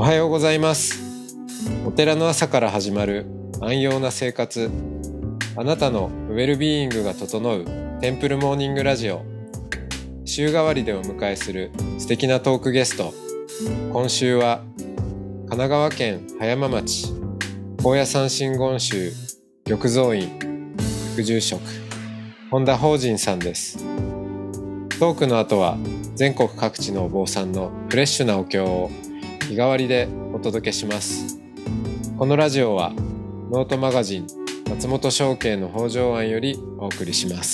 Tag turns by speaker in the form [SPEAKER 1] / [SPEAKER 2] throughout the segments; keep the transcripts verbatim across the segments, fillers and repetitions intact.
[SPEAKER 1] はようございます。お寺の朝から始まる安養な生活、あなたのウェルビーイングが整うテンプルモーニングラジオ。週替わりでお迎えする素敵なトークゲスト。今週は神奈川県葉山町高野山真言宗玉蔵院副住職本田法人さんです。トークの後は全国各地のお坊さんのフレッシュなお経を日替わりでお届けします。このラジオはノートマガジン松本商家の北条庵よりお送りします。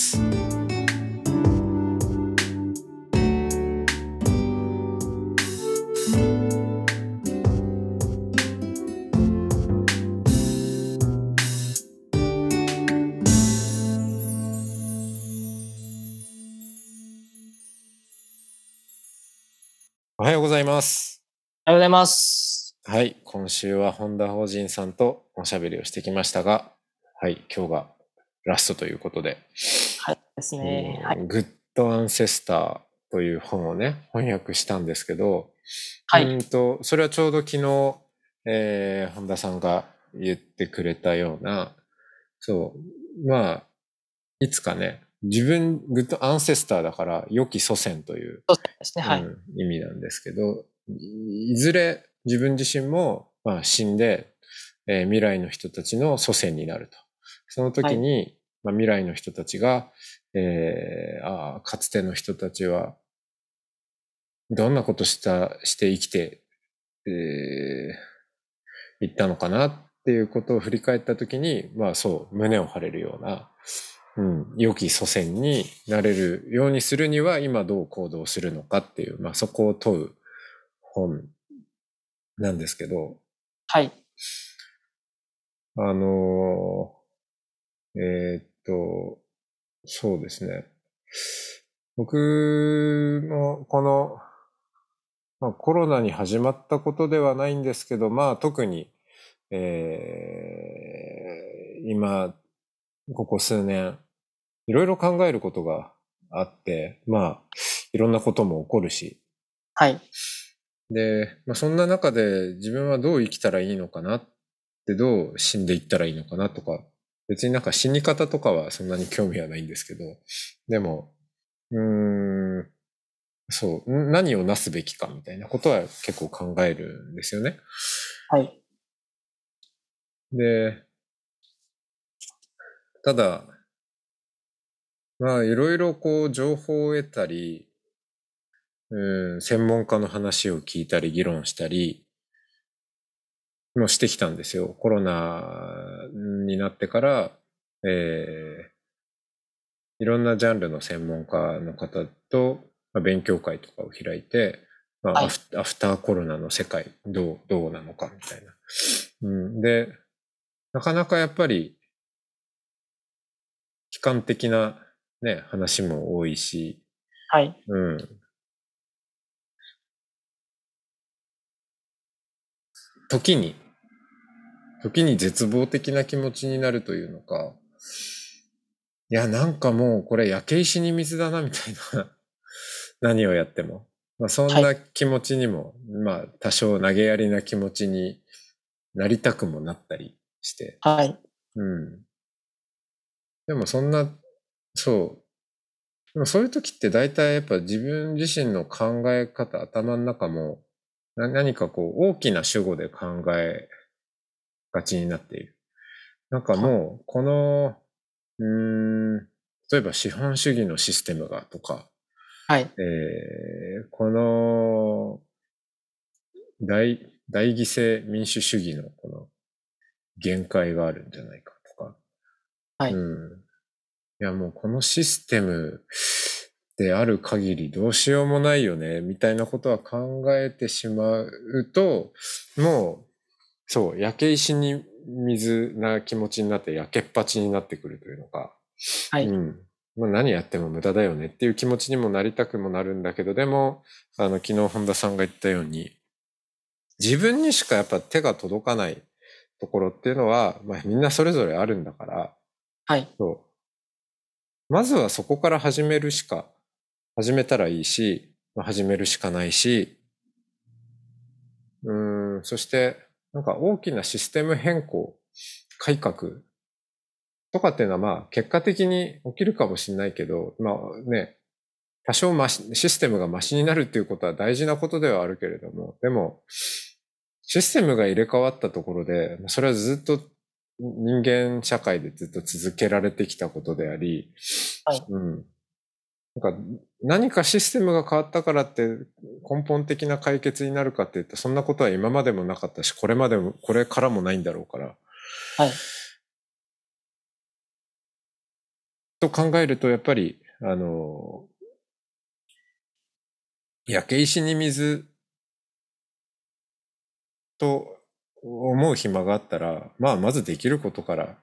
[SPEAKER 1] おはようございます。
[SPEAKER 2] おはようございます。
[SPEAKER 1] はい、今週は本田法人さんとおしゃべりをしてきましたが、はい、今日がラストということで、
[SPEAKER 2] はいですね。はい。
[SPEAKER 1] グッドアンセスターという本をね、翻訳したんですけど、
[SPEAKER 2] はい。
[SPEAKER 1] うんとそれはちょうど昨日、えー、本田さんが言ってくれたような、そう、まあ、いつかね、自分、グッドアンセスターだから良き祖先という、
[SPEAKER 2] そうですね。はい。
[SPEAKER 1] うん、意味なんですけど、いいずれ自分自身も、まあ、死んで、えー未来の人たちの祖先になると。その時に、まあ、未来の人たちが、えーあーかつての人たちはどんなことしたして生きて、えー、いったのかなっていうことを振り返った時に、まあそう胸を張れるような、うん、良き祖先になれるようにするには今どう行動するのかっていう、まあそこを問う本なんですけど、
[SPEAKER 2] はい。
[SPEAKER 1] あのー、えーっと、そうですね。僕もこの、まあ、コロナに始まったことではないんですけど、まあ特に、えー、今、ここ数年、いろいろ考えることがあって、まあ、いろんなことも起こるし、
[SPEAKER 2] はい。
[SPEAKER 1] で、まあ、そんな中で自分はどう生きたらいいのかなって、どう死んでいったらいいのかなとか、別になんか死に方とかはそんなに興味はないんですけど、でも、うーん、そう、ん何をなすべきかみたいなことは結構考えるんですよね。
[SPEAKER 2] はい。
[SPEAKER 1] で、ただ、まあいろいろこう情報を得たり、うん、専門家の話を聞いたり議論したりもしてきたんですよ。コロナになってから、えーいろんなジャンルの専門家の方と、まあ、勉強会とかを開いて、まあ、
[SPEAKER 2] はい
[SPEAKER 1] アフアフターコロナの世界どう、どうなのかみたいな。うん、で、なかなかやっぱり悲観的なね、話も多いし、
[SPEAKER 2] はい。
[SPEAKER 1] うん。時に、時に絶望的な気持ちになるというのか、いや、なんかもうこれ焼け石に水だなみたいな何をやっても。まあ、そん
[SPEAKER 2] はい。
[SPEAKER 1] な気持ちにも、まあ多少投げやりな気持ちになりたくもなったりして。
[SPEAKER 2] はい。
[SPEAKER 1] うん。でもそんな、そう。でもそういう時って大体やっぱ自分自身の考え方、頭の中もな何かこう大きな主語で考えがちになっている。なんかもう、この、うーん、例えば資本主義のシステムがとか、
[SPEAKER 2] はい。
[SPEAKER 1] えー、この大、大犠牲民主主義のこの限界があるんじゃないかとか、
[SPEAKER 2] はい。
[SPEAKER 1] うん。いやもうこのシステムである限りどうしようもないよね、みたいなことは考えてしまうと、もう、そう、焼け石に水な気持ちになって焼けっぱちになってくるというのか、
[SPEAKER 2] はい。
[SPEAKER 1] うん。まあ、何やっても無駄だよねっていう気持ちにもなりたくもなるんだけど、でも、あの、昨日本田さんが言ったように、自分にしかやっぱ手が届かないところっていうのは、まあみんなそれぞれあるんだから、
[SPEAKER 2] はい。
[SPEAKER 1] そう。まずはそこから始めるしか、始めたらいいし、まあ、始めるしかないし、うーうん、そして、なんか大きなシステム変更、改革とかっていうのはまあ結果的に起きるかもしれないけど、まあね、多少マシ、システムがマシになるっていうことは大事なことではあるけれども、でも、システムが入れ替わったところで、それはずっと人間社会でずっと続けられてきたことであり、
[SPEAKER 2] はい。
[SPEAKER 1] うん。なんか何かシステムが変わったからって根本的な解決になるかって言ったらそんなことは今までもなかったし、これまでも、これからもないんだろうから。
[SPEAKER 2] はい。
[SPEAKER 1] と考えると、やっぱり、あの、焼け石に水と思う暇があったら、まあ、まずできることから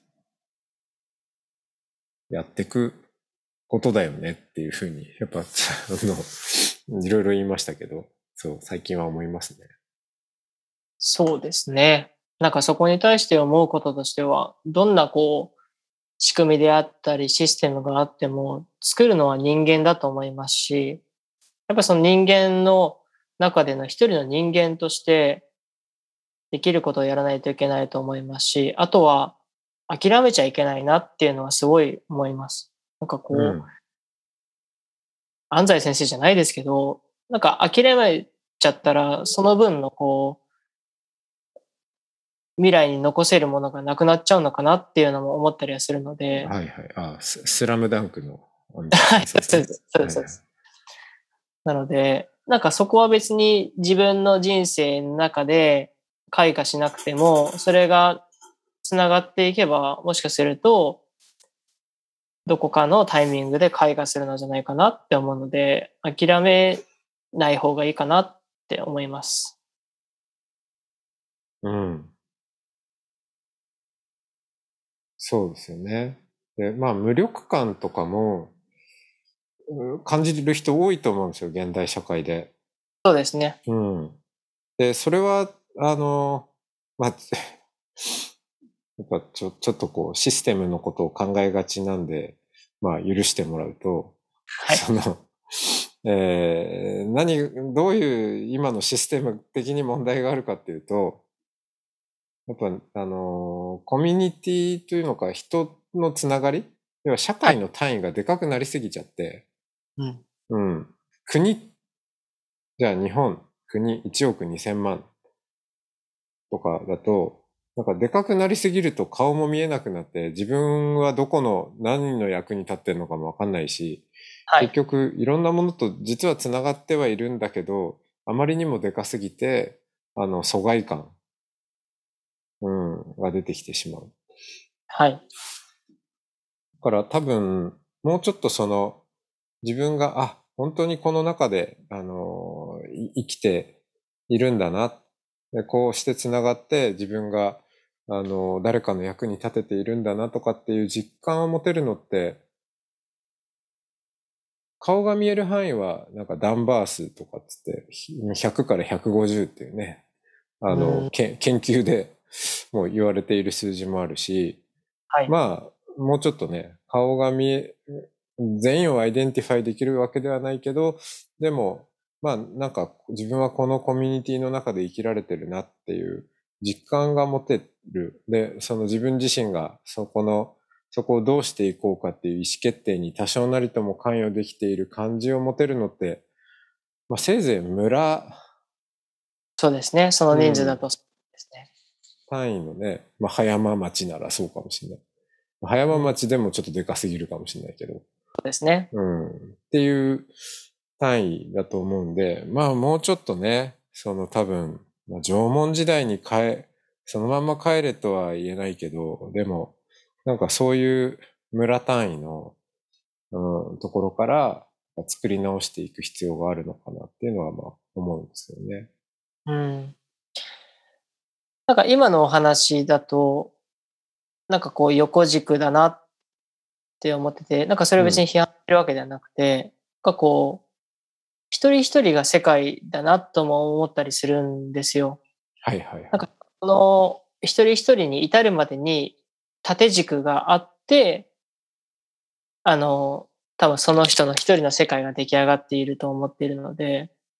[SPEAKER 1] やっていくことだよねっていうふうに、やっぱ、あの、いろいろ言いましたけど、そう、最近は思いますね。
[SPEAKER 2] そうですね。なんかそこに対して思うこととしては、どんなこう、仕組みであったりシステムがあっても、作るのは人間だと思いますし、やっぱその人間の中での一人の人間としてできることをやらないといけないと思いますし、あとは諦めちゃいけないなっていうのはすごい思います。なんかこう、
[SPEAKER 1] うん。
[SPEAKER 2] 安西先生じゃないですけど、なんか諦めちゃったら、その分のこう、未来に残せるものがなくなっちゃうのかなっていうのも思ったりはするので、
[SPEAKER 1] はいはい。あ、ススラムダンクの安
[SPEAKER 2] はい、
[SPEAKER 1] 西先生ですね。
[SPEAKER 2] そうです、そうです、
[SPEAKER 1] はいはい。
[SPEAKER 2] そうです。なので、なんかそこは別に自分の人生の中で開花しなくても、それが繋がっていけば、もしかすると、どこかのタイミングで開花するのじゃないかなって思うので、諦めない方がいいかなって思います。
[SPEAKER 1] うん。そうですよね。で、まあ、無力感とかもうん感じる人多いと思うんですよ、現代社会で。
[SPEAKER 2] そうですね。
[SPEAKER 1] うん。で、それは、あの、まあ、やっぱちょ、ちょっとこう、システムのことを考えがちなんで、まあ、許してもらうと、
[SPEAKER 2] はい。
[SPEAKER 1] その、えー、何、どういう今のシステム的に問題があるかっていうと、やっぱ、あの、コミュニティというのか、人のつながり要は社
[SPEAKER 2] はい。
[SPEAKER 1] 会の単位がでかくなりすぎちゃって、
[SPEAKER 2] うん。
[SPEAKER 1] うん。国、じゃあ日本、国いちおくにせんまんとかだと、なんかでかくなりすぎると顔も見えなくなって、自分はどこの何の役に立ってるのかもわかんないし、結
[SPEAKER 2] はい。
[SPEAKER 1] 局いろんなものと実はつながってはいるんだけど、あまりにもでかすぎて、あの、疎外感、うん、が出てきてしまう。
[SPEAKER 2] はい。
[SPEAKER 1] だから多分、もうちょっとその、自分が、あ、本当にこの中で、あの、い生きているんだな。で、こうして繋がって自分が、あの、誰かの役に立てているんだなとかっていう実感を持てるのって、顔が見える範囲は、なんかダンバー数とかっつって、ひひゃくからひゃくごじゅうっていうね、あの、
[SPEAKER 2] うん。
[SPEAKER 1] け研究でもう言われている数字もあるし、
[SPEAKER 2] はい。
[SPEAKER 1] まあ、もうちょっとね、顔が見え、全員をアイデンティファイできるわけではないけど、でも、まあ、なんか自分はこのコミュニティの中で生きられてるなっていう実感が持てる。で、その自分自身がそこの、そこをどうしていこうかっていう意思決定に多少なりとも関与できている感じを持てるのって、まあ、せいぜい村、
[SPEAKER 2] そうですね。その
[SPEAKER 1] うん、
[SPEAKER 2] 人数だとそうですね。
[SPEAKER 1] 単位のね、まあ、葉山町ならそうかもしれない。葉山
[SPEAKER 2] うん。そ
[SPEAKER 1] 町でもちょっとでかすぎるかもしれないけど、
[SPEAKER 2] うですね。
[SPEAKER 1] うん。っていう単位だと思うんで、まあもうちょっとね、その多分、まあ、縄文時代に帰、そのまんま帰れとは言えないけど、でも、なんかそういう村単位の、うん、ところから作り直していく必要があるのかなっていうのはまあ思うんですよね。
[SPEAKER 2] うん。なんか今のお話だと、なんかこう横軸だなって思ってて、なんかそれを別に
[SPEAKER 1] うん。
[SPEAKER 2] 批判してるわけではなくて、なんかこう、一人一人が世界だなとも思ったりするんですよ。
[SPEAKER 1] はいはいはい。
[SPEAKER 2] なんか、この一人一人に至るまでに縦軸があって、あの、多分その人の一人の世界が出来上がっていると思っているので、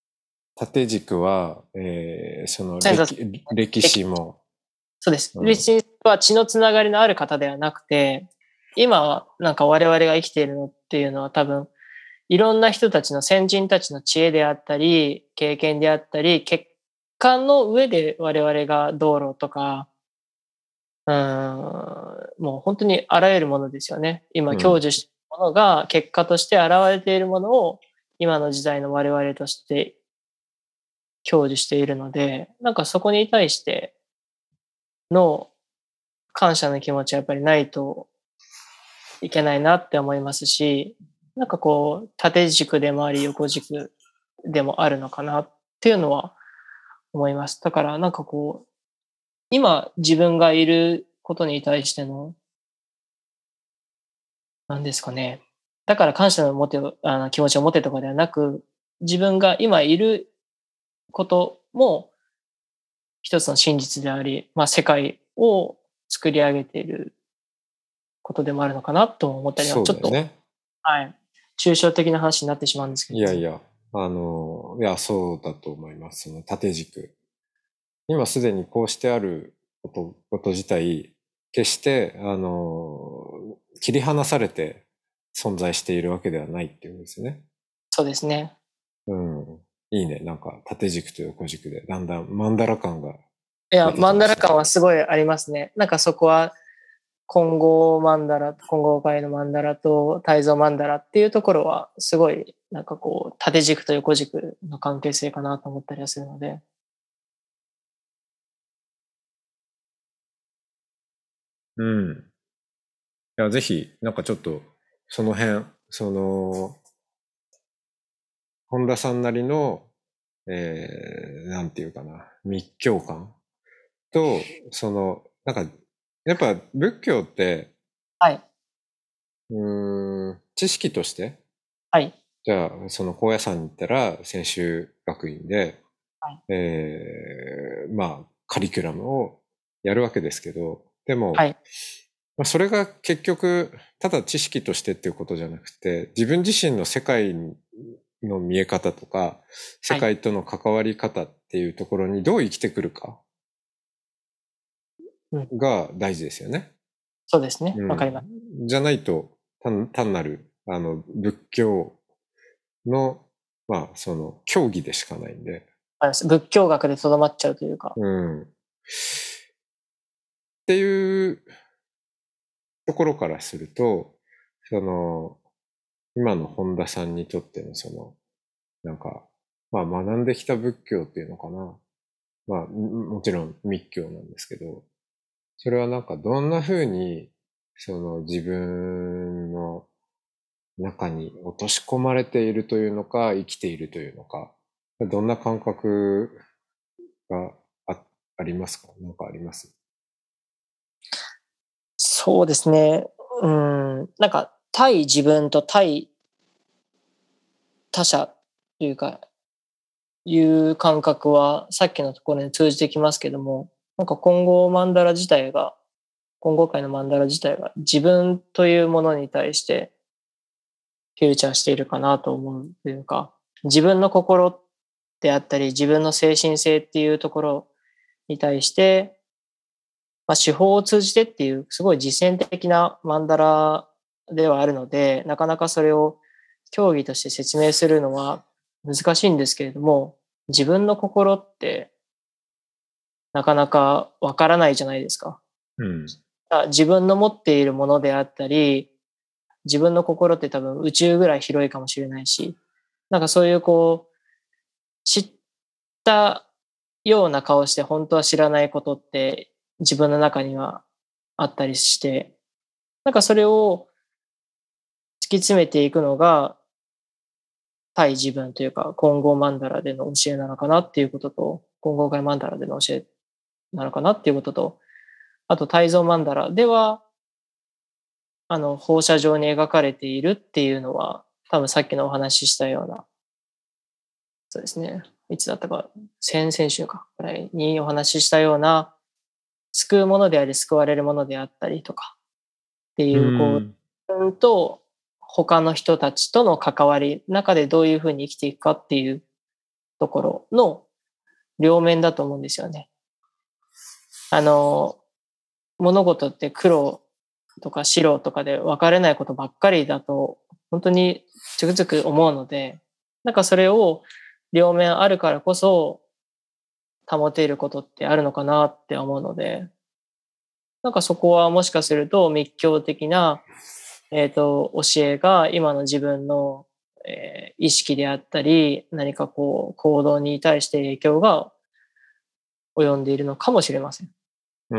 [SPEAKER 1] 縦軸は、えー、その
[SPEAKER 2] 先祖
[SPEAKER 1] 歴、歴史も。
[SPEAKER 2] そうです。
[SPEAKER 1] うん
[SPEAKER 2] 歴史は血のつながりのある方ではなくて、今はなんか我々が生きているのっていうのは多分、いろんな人たちの先人たちの知恵であったり、経験であったり、結果の上で我々が道路とか、うーん、もう本当にあらゆるものですよね。今、享受しているものが結果として現れているものを今の時代の我々として享受しているので、なんかそこに対しての感謝の気持ちはやっぱりないといけないなって思いますし、なんかこう、縦軸でもあり横軸でもあるのかなっていうのは思います。だからなんかこう、今自分がいることに対しての、なんですかね。だから感謝の持て、あの気持ちを持てとかではなく、自分が今いることも一つの真実であり、まあ世界を作り上げていることでもあるのかなと思ったりは、
[SPEAKER 1] そう
[SPEAKER 2] ちょっと、
[SPEAKER 1] だよね。
[SPEAKER 2] はい、抽象的な話になってしまうんですけれども。
[SPEAKER 1] いやいや、あの、いや、そうだと思います。その縦軸。今すでにこうしてあること、こと自体、決して、あの、切り離されて存在しているわけではないっていうんですね。
[SPEAKER 2] そうですね。
[SPEAKER 1] うん。いいね。なんか縦軸と横軸で、だんだんマンダラ感が
[SPEAKER 2] いや、
[SPEAKER 1] 出てき
[SPEAKER 2] マンダラ
[SPEAKER 1] ましたね。
[SPEAKER 2] 感はすごいありますね。なんかそこは、混合マンダラ、混合界のマンダラと対像マンダラっていうところは、すごい、なんかこう、縦軸と横軸の関係性かなと思ったりはするので。
[SPEAKER 1] うん。いや、ぜひ、なんかちょっと、その辺、その、本田さんなりの、えー、なんていうかな、密教感と、その、なんか、やっぱ仏教って、
[SPEAKER 2] はい。
[SPEAKER 1] うーん、知識として、
[SPEAKER 2] はい。
[SPEAKER 1] じゃあ、その高野山に行ったら、専修学院で、
[SPEAKER 2] はい。
[SPEAKER 1] えー、まあ、カリキュラムをやるわけですけど、でも、
[SPEAKER 2] はい。
[SPEAKER 1] まあ、それが結局、ただ知識としてっていうことじゃなくて、自分自身の世界の見え方とか、世
[SPEAKER 2] はい。
[SPEAKER 1] 界との関わり方っていうところにどう生きてくるか
[SPEAKER 2] うん。
[SPEAKER 1] が大事ですよね。
[SPEAKER 2] そうですね。
[SPEAKER 1] うん。
[SPEAKER 2] わかります。
[SPEAKER 1] じゃないと、単単なる、あの、仏教の、まあ、その、教義でしかないんで。
[SPEAKER 2] わかります。仏教学でとどまっちゃうというか。
[SPEAKER 1] うん。っていうところからすると、その、今の本田さんにとってのその、なんか、まあ学んできた仏教っていうのかな。まあ、もちろん密教なんですけど、それはなんかどんな風に、その自分の中に落とし込まれているというのか、生きているというのか、どんな感覚があ、ありますか？なんかあります？
[SPEAKER 2] そうですね。うん。なんか、対自分と対他者というか、いう感覚は、さっきのところに通じてきますけども、なんか今後マンダラ自体が、今後界のマンダラ自体が自分というものに対してフューチャーしているかなと思うというか、自分の心であったり、自分の精神性っていうところに対して、まあ、手法を通じてっていう、すごい実践的なマンダラではあるので、なかなかそれを競技として説明するのは難しいんですけれども、自分の心ってなかなかわからないじゃないですか。
[SPEAKER 1] うん。
[SPEAKER 2] 自分の持っているものであったり、自分の心って多分宇宙ぐらい広いかもしれないし、なんかそういうこう、知ったような顔して本当は知らないことって自分の中にはあったりして、なんかそれを突き詰めていくのが対自分というか混合マンダラでの教えなのかなっていうことと、混合界マンダラでの教えなのかなっていうことと、あと対像マンダラでは、あの放射状に描かれているっていうのは、多分さっきのお話ししたような、そうですね。いつだったか、先々週か、くらいにお話ししたような、救うものであり、救われるものであったりとかって
[SPEAKER 1] う
[SPEAKER 2] いう、こ
[SPEAKER 1] ん。
[SPEAKER 2] う、うんと、他の人たちとの関わり、中でどういうふうに生きていくかっていうところの両面だと思うんですよね。あの、物事って黒とか白とかで分かれないことばっかりだと本当につくづく思うので、なんかそれを両面あるからこそ保ていることってあるのかなって思うので、なんかそこはもしかすると密教的な、えっと、教えが今の自分の、えー意識であったり、何かこう行動に対して影響が及んでいるのかもしれません。
[SPEAKER 1] うん。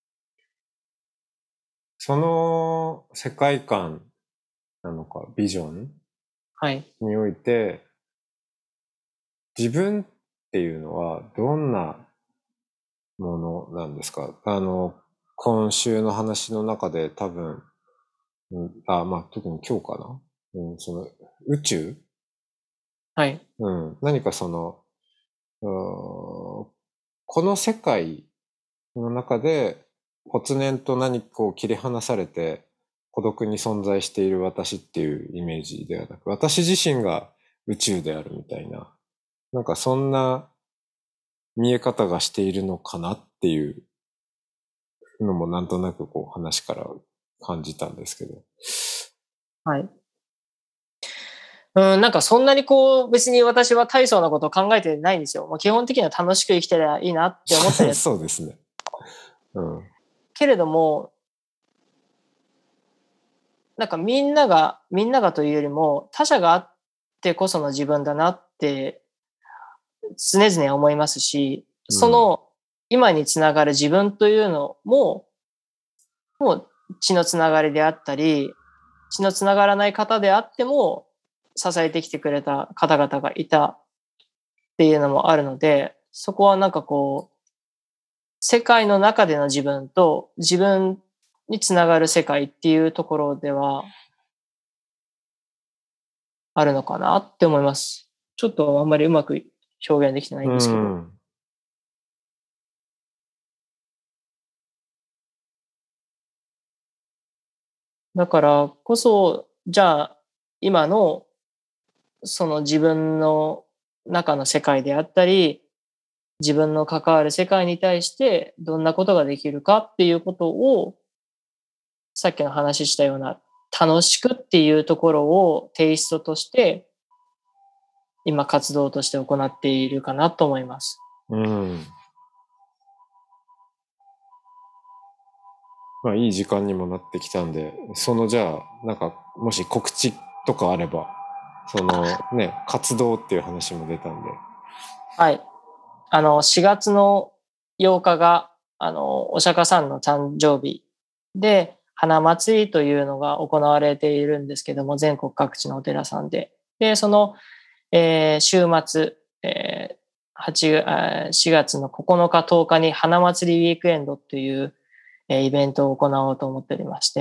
[SPEAKER 1] その世界観なのか、ビジョン
[SPEAKER 2] はい。
[SPEAKER 1] において、自分っていうのはどんなものなんですか？あの、今週の話の中で多分、うん、あ、まあ特に今日かな、うん、その宇宙、
[SPEAKER 2] はい。
[SPEAKER 1] うん、何かその、うーん、この世界の中で、骨然と何かを切り離されて孤独に存在している私っていうイメージではなく、私自身が宇宙であるみたいな、なんかそんな見え方がしているのかなっていうのもなんとなくこう話から感じたんですけど。
[SPEAKER 2] はい。うん、なんかそんなにこう別に私は大層なことを考えてないんですよ。まあ、基本的には楽しく生きてりゃいいなって思ったり
[SPEAKER 1] そうですね。うん。
[SPEAKER 2] けれども、なんかみんなが、みんながというよりも他者があってこその自分だなって常々思いますし、
[SPEAKER 1] うん。
[SPEAKER 2] その今につながる自分というのも、もう血のつながりであったり、血のつながらない方であっても支えてきてくれた方々がいたっていうのもあるので、そこはなんかこう、世界の中での自分と自分につながる世界っていうところではあるのかなって思います。ちょっとあんまりうまく表現できてない
[SPEAKER 1] う
[SPEAKER 2] んですけど。
[SPEAKER 1] ん。
[SPEAKER 2] だからこそ、じゃあ今のその自分の中の世界であったり、自分の関わる世界に対してどんなことができるかっていうことを、さっきの話したような楽しくっていうところをテイストとして今活動として行っているかなと思います。
[SPEAKER 1] うん。まあいい時間にもなってきたんで、そのじゃあ、なんかもし告知とかあれば、そのね、活動っていう話も出たんで。
[SPEAKER 2] はい。あの、しがつのようかが、あの、お釈迦さんの誕生日で、花祭りというのが行われているんですけども、全国各地のお寺さんで。で、その、えー週末、えーはちあーしがつのここのかとおかに花祭りウィークエンドという、えーイベントを行おうと思っておりまして、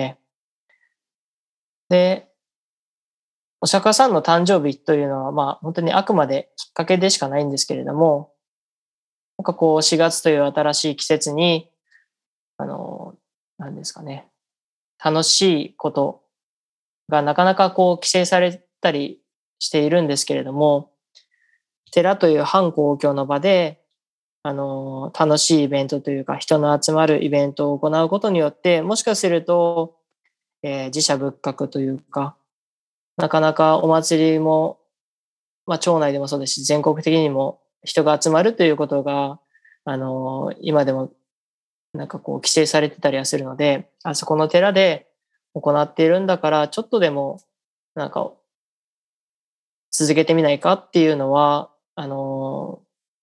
[SPEAKER 2] で、お釈迦さんの誕生日というのは、まあ、本当にあくまできっかけでしかないんですけれども、なんかこう、しがつという新しい季節に、あの、なんですかね、楽しいことがなかなかこう、規制されたりしているんですけれども、寺という反公共の場で、あの、楽しいイベントというか、人の集まるイベントを行うことによって、もしかすると、えー自社仏閣というか、なかなかお祭りも、まあ、町内でもそうですし、全国的にも人が集まるということが、あの、今でもなんかこう規制されてたりはするので、あそこの寺で行っているんだから、ちょっとでもなんか続けてみないかっていうのは、あの、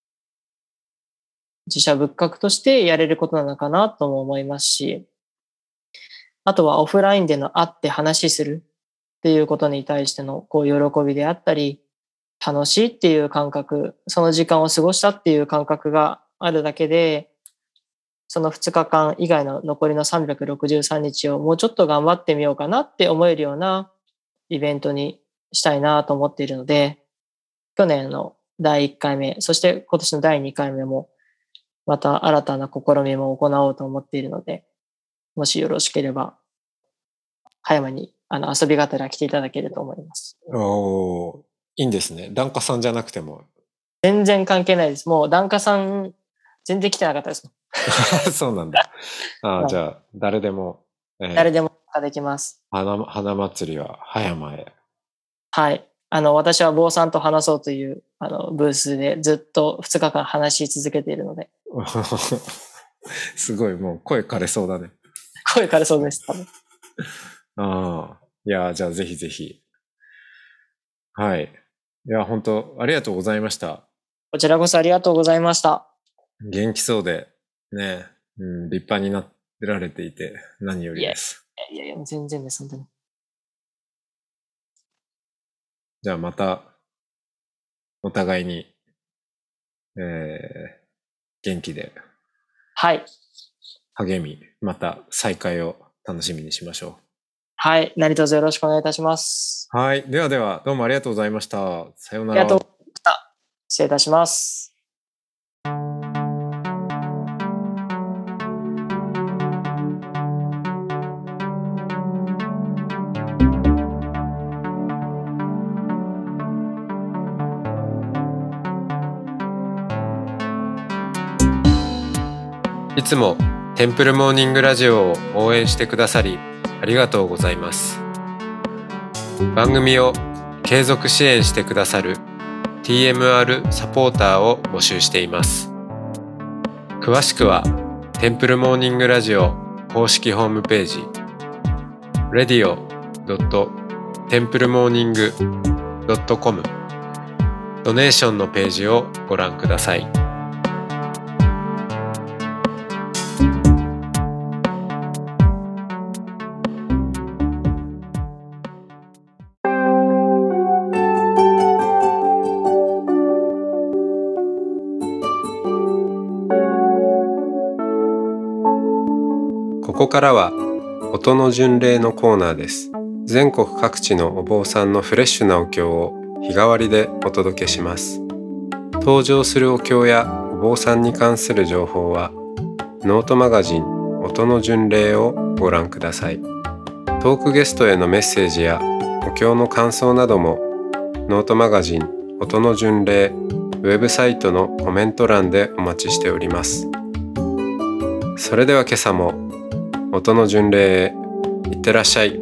[SPEAKER 2] 自社仏閣としてやれることなのかなとも思いますし、あとはオフラインでの会って話するっていうことに対してのこう喜びであったり、楽しいっていう感覚、その時間を過ごしたっていう感覚があるだけで、そのふつかかん以外の残りのさんびゃくろくじゅうさんにちをもうちょっと頑張ってみようかなって思えるようなイベントにしたいなと思っているので、去年のだいいっかいめ、そして今年のだいにかいめも、また新たな試みも行おうと思っているので、もしよろしければ、葉山にあの遊びがてら来ていただけると思います。
[SPEAKER 1] おー、いいんですね。檀家さんじゃなくても
[SPEAKER 2] 全然関係ないです。もう、檀家さん、全然来てなかったですもん。
[SPEAKER 1] そうなんだ。ああ、
[SPEAKER 2] はい
[SPEAKER 1] じゃあ、誰でも、えー
[SPEAKER 2] 誰でも参加できます。
[SPEAKER 1] 花、花祭りは葉山へ。
[SPEAKER 2] はい。あの、私は坊さんと話そうという、あの、ブースでずっとふつかかん話し続けているので。
[SPEAKER 1] すごい、もう声枯れそうだね。
[SPEAKER 2] 声枯れそうです、多分。
[SPEAKER 1] ああ、いや、じゃあぜひぜひ。はい。いや、本当ありがとうございました。
[SPEAKER 2] こちらこそありがとうございました。
[SPEAKER 1] 元気そうで、ね、うん、立派になられていて、何よりです。
[SPEAKER 2] いやいや、全然です、本当に。
[SPEAKER 1] じゃあまた、お互いに、えー、元気で、
[SPEAKER 2] はい。
[SPEAKER 1] 励み、また再会を楽しみにしましょ
[SPEAKER 2] はい。何卒よろしくお願いいたします。
[SPEAKER 1] う。はい。ではでは、どうもありがとうございました。さようなら。
[SPEAKER 2] ありがとうございました。失礼いたします。
[SPEAKER 1] いつもテンプルモーニングラジオを応援してくださりありがとうございます。番組を継続支援してくださる ティーエムアール サポーターを募集しています。詳しくはテンプルモーニングラジオ公式ホームページ レディオ ドット テンプルモーニング ドット コム ドネーションのページをご覧ください。ここからは音の巡礼のコーナーです。全国各地のお坊さんのフレッシュなお経を日替わりでお届けします。登場するお経やお坊さんに関する情報はノートマガジン音の巡礼をご覧ください。トークゲストへのメッセージやお経の感想などもノートマガジン音の巡礼ウェブサイトのコメント欄でお待ちしております。それでは今朝も音の巡礼へいってらっしゃい。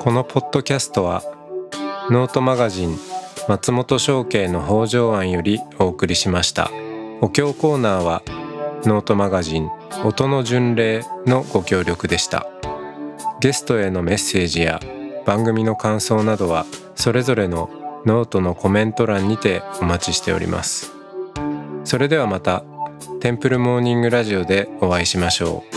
[SPEAKER 1] このポッドキャストはノートマガジン松本商家の北条庵よりお送りしました。お経コーナーはノートマガジン音の巡礼のご協力でした。ゲストへのメッセージや番組の感想などはそれぞれのノートのコメント欄にてお待ちしております。それではまたテンプルモーニングラジオでお会いしましょう。